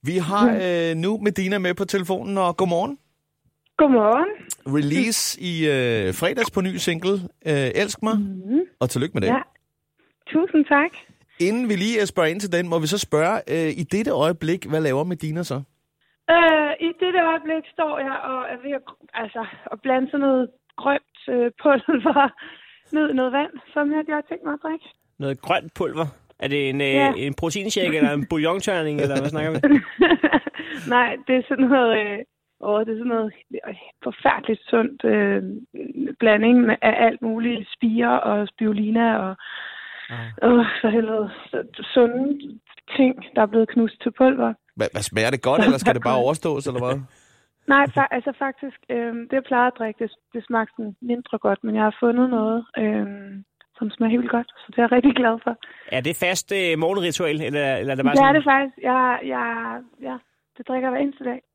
Vi har nu Medina med på telefonen, og godmorgen. Godmorgen. Release i fredags på ny single, Elsk mig, og tillykke med det. Ja. Tusind tak. Inden vi lige spørger ind til den, må vi så spørge, i dette øjeblik, hvad laver Medina så? I dette øjeblik står jeg og er ved at blande sådan noget grønt pulver ned i noget vand, som jeg har tænkt mig at drikke. Noget grønt pulver? Er det en proteinshake eller en bouillonterning, eller hvad snakker vi? Nej, det er sådan noget... det er sådan noget forfærdeligt sundt blanding af alt muligt spire og spirulina og for helvede sunde ting, der er blevet knust til pulver. Hvad smager det godt, eller skal det bare overstås, eller hvad? Nej, faktisk, det jeg plejede at drikke, det smagte sådan mindre godt, men jeg har fundet noget, som smager helt godt, så det er jeg rigtig glad for. Er det fast morgenritual, eller er det bare det sådan? Er det faktisk. Ja, det drikker jeg hver eneste dag,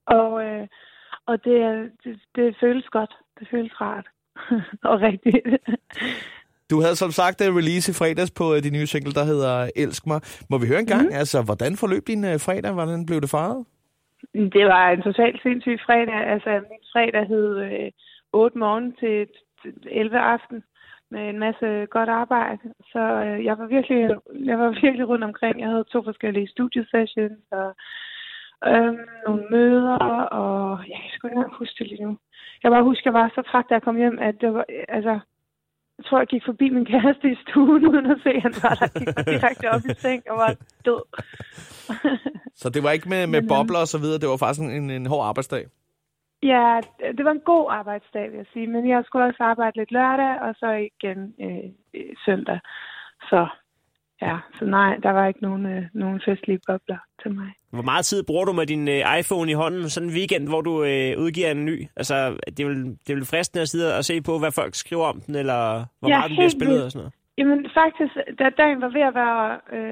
og det føles godt. Det føles rart og rigtigt. Du havde som sagt release i fredags på din nye single, der hedder Elsk mig. Må vi høre en gang, hvordan forløb din fredag? Hvordan blev det fejret? Det var en totalt sindssyg fredag. Altså, min fredag hed 8 morgen til 11 aften med en masse godt arbejde. Så jeg var virkelig rundt omkring. Jeg havde 2 forskellige studiesessions og nogle møder, og jeg kan sgu ikke engang huske det lige nu. Jeg bare husker, jeg var så træt, da jeg kom hjem, at det var, jeg tror, jeg gik forbi min kæreste i stuen, uden at se, at han var der. Gik direkte op i seng og var død. Så det var ikke med bobler og så videre, det var faktisk en hård arbejdsdag? Ja, det var en god arbejdsdag, vil jeg sige. Men jeg skulle også arbejde lidt lørdag, og så igen søndag. Så nej, der var ikke nogen festlige bobler til mig. Hvor meget tid bruger du med din iPhone i hånden sådan en weekend, hvor du udgiver en ny? Altså, det er vel fristende at sidde og se på, hvad folk skriver om den, eller hvor meget den bliver spillet og sådan noget? Jamen faktisk, da dagen var ved at være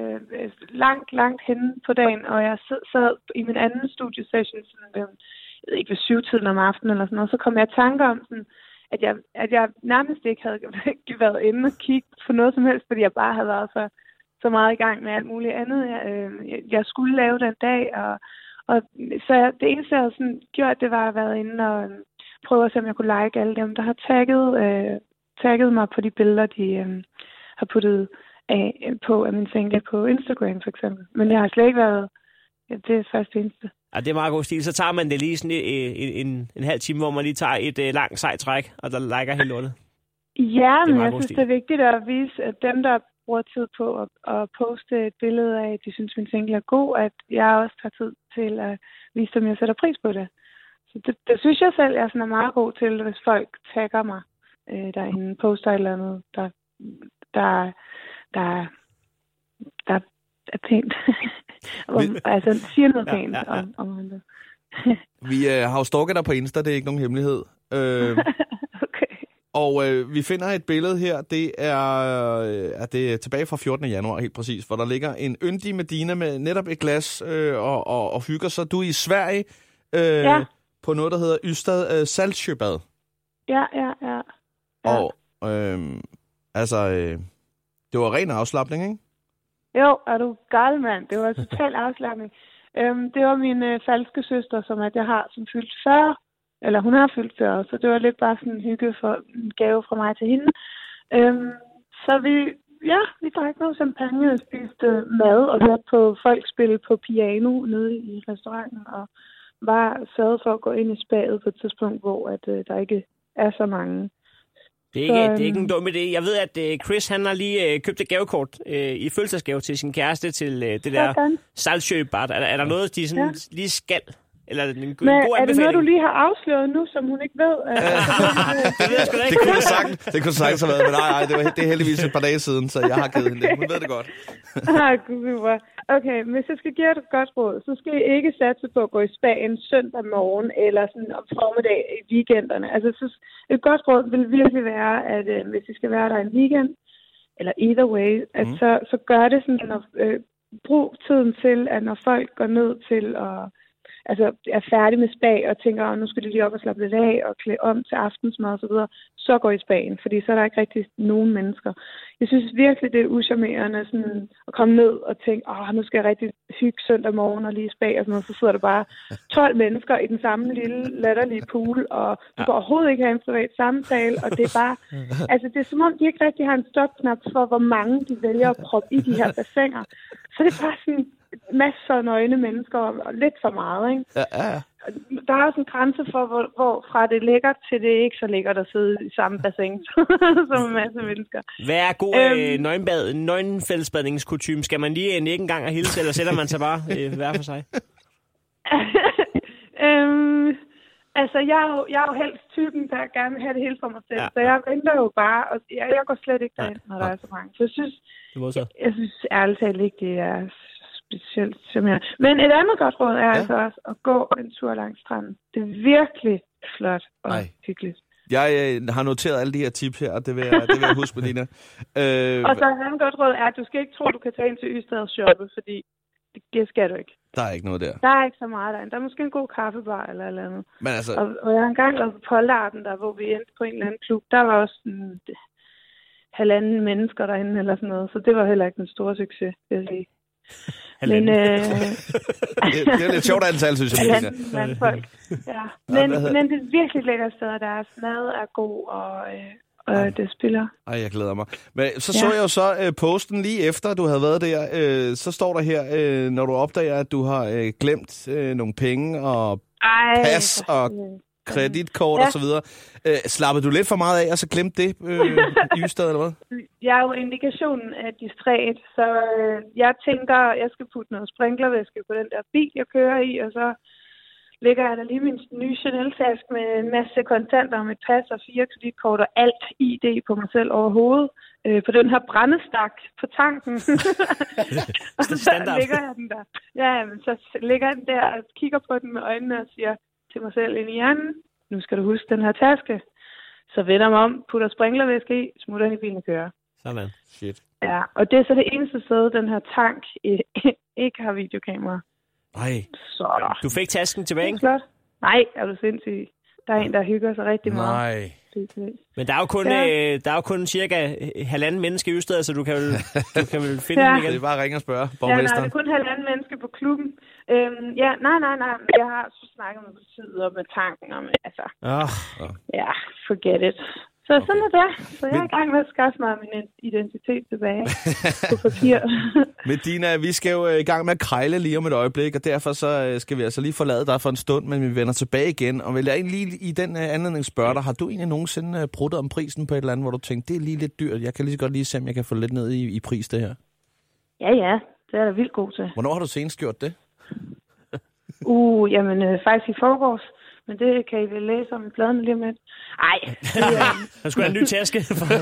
langt henne på dagen, og jeg sad i min anden studiesession, sådan, jeg ved ikke, ved 7-tiden om aftenen eller sådan noget, så kom jeg i tanke om, sådan, at jeg nærmest ikke havde været inde og kigge på noget som helst, fordi jeg bare havde været så meget i gang med alt muligt andet, jeg skulle lave den dag. Og så det eneste, jeg havde sådan gjort, det var at være inde og prøve at se, om jeg kunne like alle dem, der har tagget mig på de billeder, de har puttet af min single på Instagram, for eksempel. Men jeg har slet ikke været... det er først det eneste. Ja, det er meget god stil. Så tager man det lige sådan en halv time, hvor man lige tager et langt sejt træk, og der liker helt lortet. Ja, men jeg synes, det er vigtigt at vise, at dem, der bruger tid på at poste et billede af, at de synes, min single er god, at jeg også tager tid til at vise dem, at jeg sætter pris på det. Så det synes jeg selv, jeg er meget god til, hvis folk tagger mig derinde, poster et eller andet, der er pænt. Altså siger noget pænt om det. Vi har jo stalket dig på Insta, det er ikke nogen hemmelighed. Okay. Og vi finder et billede her, det er tilbage fra 14. januar helt præcis, hvor der ligger en yndig Medina med netop et glas og hygger sig. Du er i Sverige på noget, der hedder Ystad Saltsjöbad. Ja. Og det var ren afslapning, ikke? Jo, er du gal, mand. Det var total afslapning. Det var min falske søster, som fyldt 40. Eller hun har fyldt 40, så det var lidt bare sådan en hygge for en gave fra mig til hende. Så vi drak noget champagne og spiste mad og hørte på folk spille på piano nede i restauranten og var sørget for at gå ind i spadet på et tidspunkt, hvor der ikke er så mange. Det er ikke en dum idé. Jeg ved, at Chris han har lige købt et gavekort i fødselsdagsgave til sin kæreste til det der Saltsjöbad. Er der noget, de sådan lige skal? Eller en god anbefaling? Er det noget, du lige har afsløret nu, som hun ikke ved? Det ved jeg sgu da ikke. Det kunne sagtens have været, men nej, det er heldigvis et par dage siden, så jeg har givet hende det. Hun ved det godt. Super. Okay, hvis jeg skal give dig et godt råd, så skal I ikke satse på at gå i spa en søndag morgen, eller sådan om formiddag i weekenderne. Altså, så et godt råd vil virkelig være, at hvis I skal være der en weekend, eller either way, at så gør det sådan, at brug tiden til, at når folk går ned til at er færdig med spa og tænker, nu skal de lige op og slappe lidt af og klæde om til aftensmad og så videre, så går i spaen, fordi så er der ikke rigtig nogen mennesker. Jeg synes virkelig, det er uschammerende sådan, at komme ned og tænke, nu skal jeg rigtig hygge søndag morgen og lige i spa og sådan noget, så sidder der bare 12 mennesker i den samme lille latterlige pool, og du kan overhovedet ikke have en privat samtale, og det er bare, det er som om, de ikke rigtig har en stopknap for, hvor mange de vælger at proppe i de her bassiner. Så det er bare sådan masser af nøgne mennesker, og lidt for meget, ikke? Ja. Der er også en grænse for, hvor fra det er lækkert til det ikke så lækkert at sidde i samme bassin som en masse mennesker. Hvad er god nøgenfællesbadningskutyme? Skal man lige nikke en gang og hilse, eller sætter man sig bare hver for sig? Jeg er jo helst typen, der gerne vil have det hele for mig selv. Ja. Så jeg venter jo bare, og jeg går slet ikke derind, når der er så mange. Så jeg synes ærligt talt ikke, det er specielt charmerende. Men et andet godt råd er altså også at gå en tur langs stranden. Det er virkelig flot og hyggeligt. Jeg har noteret alle de her tips her, og det vil jeg huske, Medina. Og så et andet godt råd er, at du skal ikke tro, du kan tage ind til Ystad og shoppe, fordi det skal du ikke. Der er ikke noget der. Der er ikke så meget derinde. Der er måske en god kaffebar eller andet. Men altså... og jeg har engang været på Poldarten, der, hvor vi endte på en eller anden klub. Der var også sådan 1,5 mennesker derinde eller sådan noget, så det var heller ikke en stor succes, vil jeg sige. Men, det er lidt sjovt antal, synes jeg. Blandt folk. Ja. Men det er virkelig lækkert sted, og deres mad er god, og det spiller. Ej, jeg glæder mig. Men så jeg jo så posten lige efter, du havde været der. Så står der her, når du opdager, at du har glemt nogle penge og pas og kreditkort og så videre. Slappede du lidt for meget af, og så glemte det i Ystad, eller hvad? Jeg er jo indikationen af distræt, så jeg tænker, jeg skal putte noget sprinklervæske på den der bil, jeg kører i, og så lægger jeg da lige min nye Chanel-taske med en masse kontanter, med et pas og 4 kreditkort og alt ID på mig selv overhovedet. På den her brændestak på tanken. Og så lægger jeg den der. Ja, men så lægger jeg den der og kigger på den med øjnene og siger til mig selv ind i hjernen, nu skal du huske den her taske. Så vender mig om, putter sprinklervæske i, smutter ind i bilen og kører. Sådan. Shit. Ja, og det er så det eneste sted, den her tank ikke har videokamera. Nej. Så. Du fik tasken tilbage, ikke? Flot. Nej, er du sindssyg. Der er en, der hygger sig rigtig meget. Nej. Men der er jo kun cirka 1,5 menneske i Ystad, så du kan vel finde den igen. Det er bare at ringe og spørge borgmesteren. Ja, nej, det er kun 1,5 menneske på klubben. Nej. Jeg har så snakket med politiet og med tanken om, ja, forget it. Så sådan er det. Så jeg er i gang med at skaffe mig min identitet tilbage på papir. Medina, vi skal jo i gang med at krejle lige om et øjeblik, og derfor så skal vi altså lige forlade dig for en stund, men vi vender tilbage igen. Og vil jeg egentlig lige i den anledning spørge dig, har du egentlig nogensinde pruttet om prisen på et eller andet, hvor du tænkte, det er lige lidt dyrt, jeg kan lige så godt lige se, om jeg kan få lidt ned i pris det her? Ja, det er da vildt god til. Hvornår har du senest gjort det? Faktisk i forgårs. Men det kan I vel læse om i pladen lige om lidt. Ej. Der skulle have en ny taske.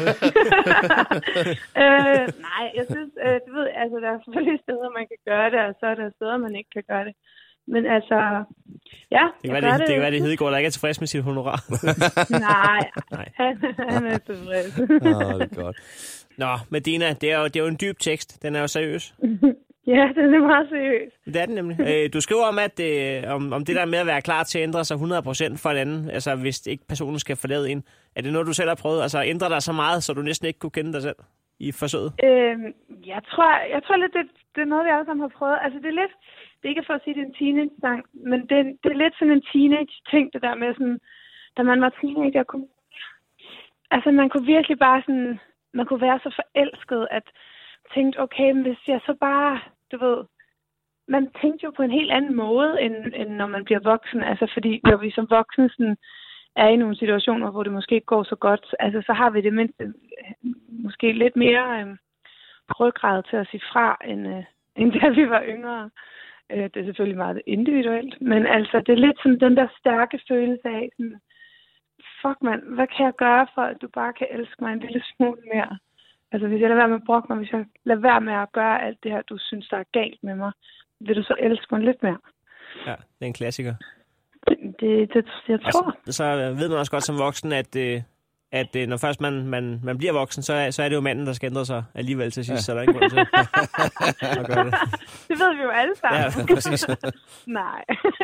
Nej, jeg synes, der er selvfølgelig steder, man kan gøre det, og så er der steder, man ikke kan gøre det. Men altså, ja, det kan være, det Hedegaard, der ikke er tilfreds med sit honorar. Nej. Han er tilfreds. Det er godt. Nå, Medina, det er jo en dyb tekst. Den er jo seriøs. Ja, den er meget seriøs. Det er den nemlig. Du skriver om det der med at være klar til at ændre sig 100% for en anden, altså hvis ikke personen skal forlade en. Er det noget, du selv har prøvet? Altså ændre dig så meget, så du næsten ikke kunne kende dig selv i forsøget? Jeg tror lidt, det er noget, vi alle sammen har prøvet. Altså det er lidt, det er ikke for at sige, det er en teenage-sang, men det er lidt sådan en teenage-ting, det der med sådan, da man var teenager, man kunne virkelig bare sådan, man kunne være så forelsket, at tænkte, okay, men hvis jeg så bare, du ved, man tænkte jo på en helt anden måde, end når man bliver voksen. Altså, fordi når vi som voksne sådan, er i nogle situationer, hvor det måske ikke går så godt, altså, så har vi det mindste måske lidt mere ryggrad til at sige fra, end da vi var yngre. Det er selvfølgelig meget individuelt, men altså, det er lidt sådan den der stærke følelse af, sådan, fuck mand, hvad kan jeg gøre for, at du bare kan elske mig en lille smule mere? Altså, hvis jeg lader være med at brokke mig, hvis jeg lader være med at gøre alt det her, du synes, der er galt med mig, vil du så elske mig lidt mere? Ja, det er en klassiker. Det jeg tror. Så ved man også godt som voksen, at at når først man bliver voksen, så er det jo manden, der skal ændre sig alligevel til sidst, så der er ingen grund til at gøre det. Det ved vi jo alle sammen. Ja, præcis. Nej.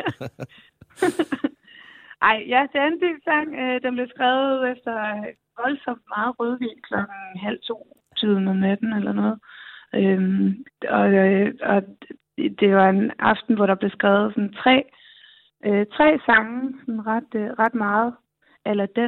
Ej, ja, det er en dyb sang. Den blev skrevet efter voldsomt meget rødvin 1:30 om natten eller noget. Og det var en aften, hvor der blev skrevet sådan tre sange, sådan ret meget, eller den.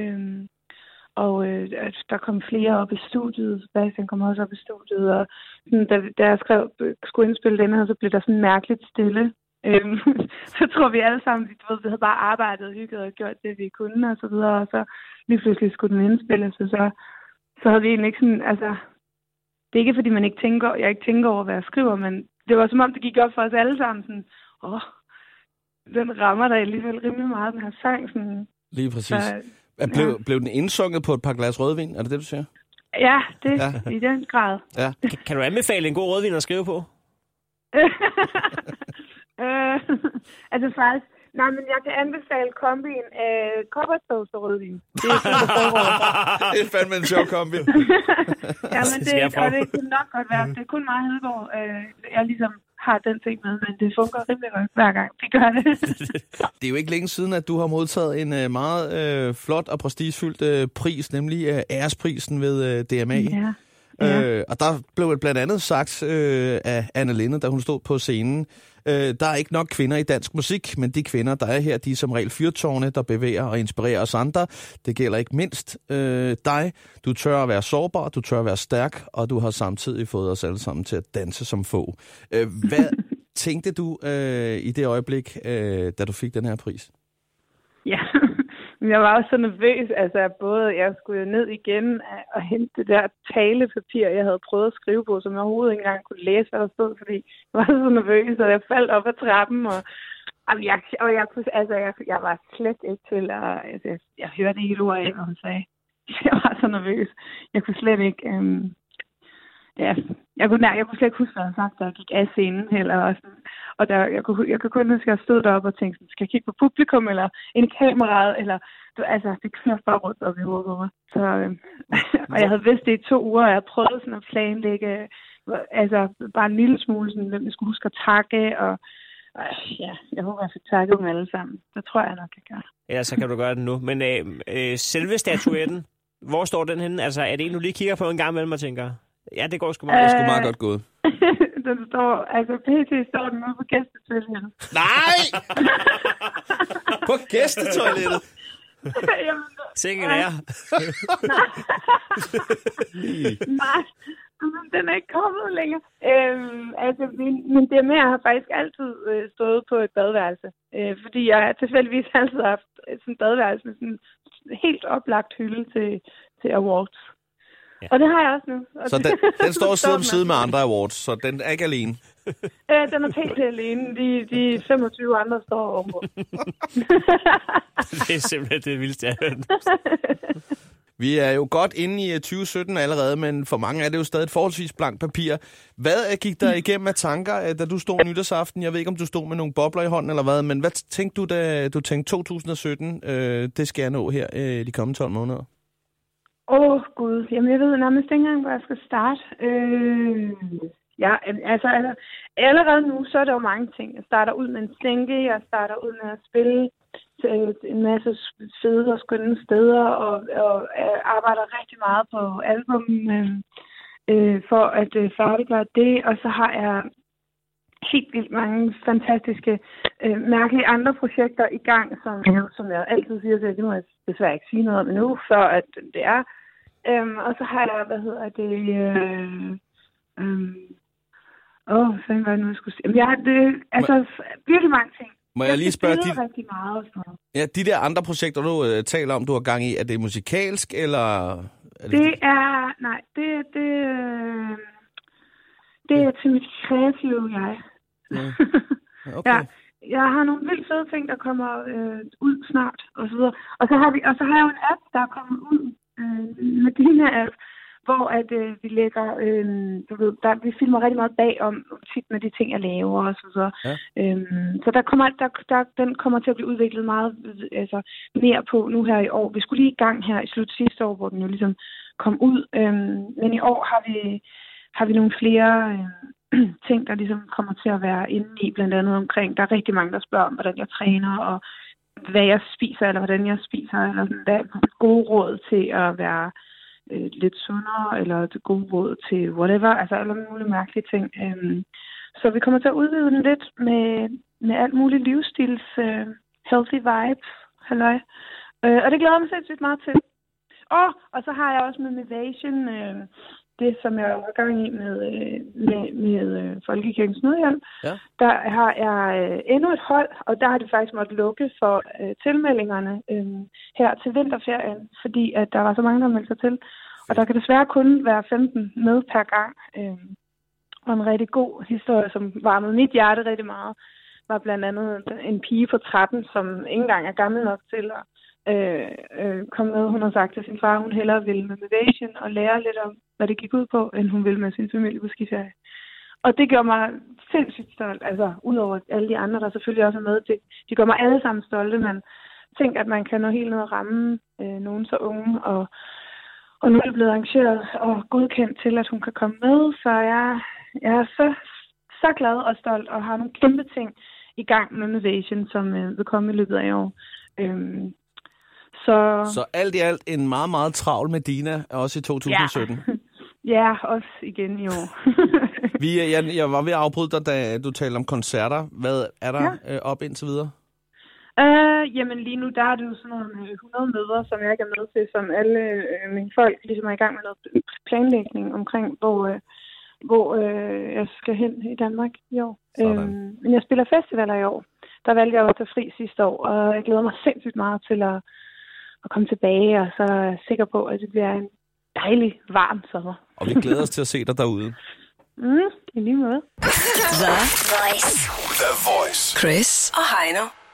Der kom flere op i studiet. Sebastian kom også op i studiet, og sådan, da jeg skulle indspille den her, så blev der sådan mærkeligt stille. Så tror vi alle sammen, vi havde bare arbejdet, hygget og gjort det, vi kunne, og så videre, og så lige pludselig skulle den indspilles, så havde vi egentlig ikke sådan, altså, det er ikke fordi jeg ikke tænker over, hvad jeg skriver, men det var som om, det gik op for os alle sammen, sådan, den rammer der alligevel rimelig meget, den her sang, sådan. Lige præcis. Blev den indsunget på et par glas rødvin, er det det, du siger? Ja, i den grad. Ja. Kan du anbefale en god rødvin at skrive på? Altså faktisk, nej, men jeg kan anbefale kombien af kobbersauce og rødvin. Det er sådan, det er fandme en sjov kombi. Ja, men det kunne nok godt være. Det er kun meget Hedegaard, jeg ligesom har den ting med, men det fungerer rimelig godt hver gang. Vi gør det. Det er jo ikke længe siden, at du har modtaget en meget flot og prestigefyldt pris, nemlig æresprisen ved DMA. Ja. Og der blev blandt andet sagt af Anne Linde, da hun stod på scenen, der er ikke nok kvinder i dansk musik, men de kvinder, der er her, de er som regel fyrtårne, der bevæger og inspirerer os andre. Det gælder ikke mindst dig. Du tør at være sårbar, du tør at være stærk, og du har samtidig fået os alle sammen til at danse som få. Hvad tænkte du i det øjeblik, da du fik den her pris? Ja, jeg var også så nervøs. Altså, jeg skulle jo ned igen og hente det der talepapir, jeg havde prøvet at skrive på, som jeg overhovedet ikke engang kunne læse, hvad der stod, fordi jeg var så nervøs, og jeg faldt op ad trappen, jeg var slet ikke til at... jeg hørte ikke ord af, hvad hun sagde. Jeg var så nervøs. Jeg kunne slet ikke... jeg kunne slet ikke huske, hvad jeg havde sagt, da jeg gik af scenen heller. Og jeg kunne kun huske, at jeg stod deroppe og tænkte, skal jeg kigge på publikum, eller ind i kameraet, eller... det kører bare rundt op i hovedet på mig. Så, og jeg havde vidst det i 2 uger, og jeg havde prøvet sådan at planlægge, bare en lille smule, sådan, hvem jeg skulle huske at takke, og jeg håber, jeg fik takket dem alle sammen. Det tror jeg nok, jeg gør. Ja, så kan du gøre det nu. Men selve statuetten, hvor står den henne? Altså, er det en, du lige kigger på en gang imellem og tænker... Ja, det går sgu meget, meget godt gået. Den står, pt. Står den ude på gæstetoilettet. Nej! På gæstetoilettet? Sengen er. Nej, den er ikke kommet længere. Min DMA har faktisk altid stået på et badeværelse. Fordi jeg tilfældigvis altid har haft sådan et badeværelse med sådan en helt oplagt hylde til awards. Ja. Og det har jeg også nu. Og så den står side om side med andre awards, så den er ikke alene? Den er helt alene. De 25 andre står ovenpå. Det er simpelthen det vildeste, jeg har hørt. Vi er jo godt inde i 2017 allerede, men for mange er det jo stadig et forholdsvis blankt papir. Hvad gik der igennem af tanker, da du stod nytårsaften? Jeg ved ikke, om du stod med nogle bobler i hånden eller hvad, men hvad tænkte du, da du tænkte 2017, det skal jeg nå her de kommende 12 måneder? Gud. Jamen, jeg ved nærmest ikke engang, hvor jeg skal starte. Allerede nu, så er der jo mange ting. Jeg starter ud med en single, jeg starter ud med at spille en masse fede og skønne steder, og arbejder rigtig meget på albumen for at færdiggøre det. Og så har jeg helt vildt mange fantastiske, mærkelige andre projekter i gang, som jeg altid siger til, det må jeg desværre ikke sige noget om endnu, før at det er. Og så har jeg, hvad er det nu, jeg skulle sige? Jeg har virkelig mange ting. Må jeg lige spørge rigtig meget. Ja, de der andre projekter, du taler om, du har gang i, er det musikalsk, eller... Det er til mit kreative jeg. Ja. Okay. Ja, jeg har nogle vildt fede ting, der kommer ud snart, og så videre. Og så har jeg jo en app, der er kommet ud med den her app hvor at vi lægger, vi filmer rigtig meget bagom tit med de ting, jeg laver og så videre. Ja. Så den kommer til at blive udviklet meget mere på nu her i år. Vi skulle lige i gang her i slut sidste år, hvor den jo ligesom kom ud. Men i år har vi nogle flere ting, der ligesom kommer til at være inde i, blandt andet omkring. Der er rigtig mange, der spørger om, hvordan jeg træner, og hvad jeg spiser, eller hvordan jeg spiser, eller sådan, der er gode råd til at være lidt sundere, eller det gode råd til whatever, altså alle mulige mærkelige ting. Så vi kommer til at udvide den lidt med alt muligt livsstils healthy vibes, halløj. Og det glæder mig sindssygt meget til. Og så har jeg også med Mivation, det som jeg var gang i med Folkekirkens Nødhjælp. Ja. Der har jeg endnu et hold, og der har det faktisk måttet lukke for tilmeldingerne her til vinterferien, fordi at der var så mange, der meldte sig til. Og der kan desværre kun være 15 med per gang. Og en rigtig god historie, som varmede mit hjerte rigtig meget, var blandt andet en pige på 13, som ikke engang er gammel nok til at kom med. Hun har sagt til sin far, hun hellere ville med Mivation og lære lidt om, hvad det gik ud på, end hun ville med sin familie på skiferie. Og det gør mig sindssygt stolt, altså udover alle de andre, der selvfølgelig også er med. De gør mig alle sammen stolte, men tænk, at man kan nå helt ned og ramme nogen så unge, og nu er det blevet arrangeret og godkendt til, at hun kan komme med, så jeg er så glad og stolt, og har nogle kæmpe ting i gang med Mivation, som vil komme i løbet af år. Så alt i alt en meget, meget travl med Dina, også i 2017. Ja, også igen i år. Jeg var ved at afbryde dig, da du talte om koncerter. Hvad er der op indtil videre? Jamen lige nu, der er det jo sådan nogle 100 møder, som jeg ikke er med til, som alle mine folk ligesom er i gang med noget planlægning omkring, hvor jeg skal hen i Danmark i år. Men jeg spiller festivaler i år. Der valgte jeg jo at tage fri sidste år, og jeg glæder mig sindssygt meget til at komme tilbage, og så er jeg sikker på, at det bliver en dejlig, varm sommer. Og vi glæder os til at se dig derude. I lige måde. The Voice. Chris og Heino.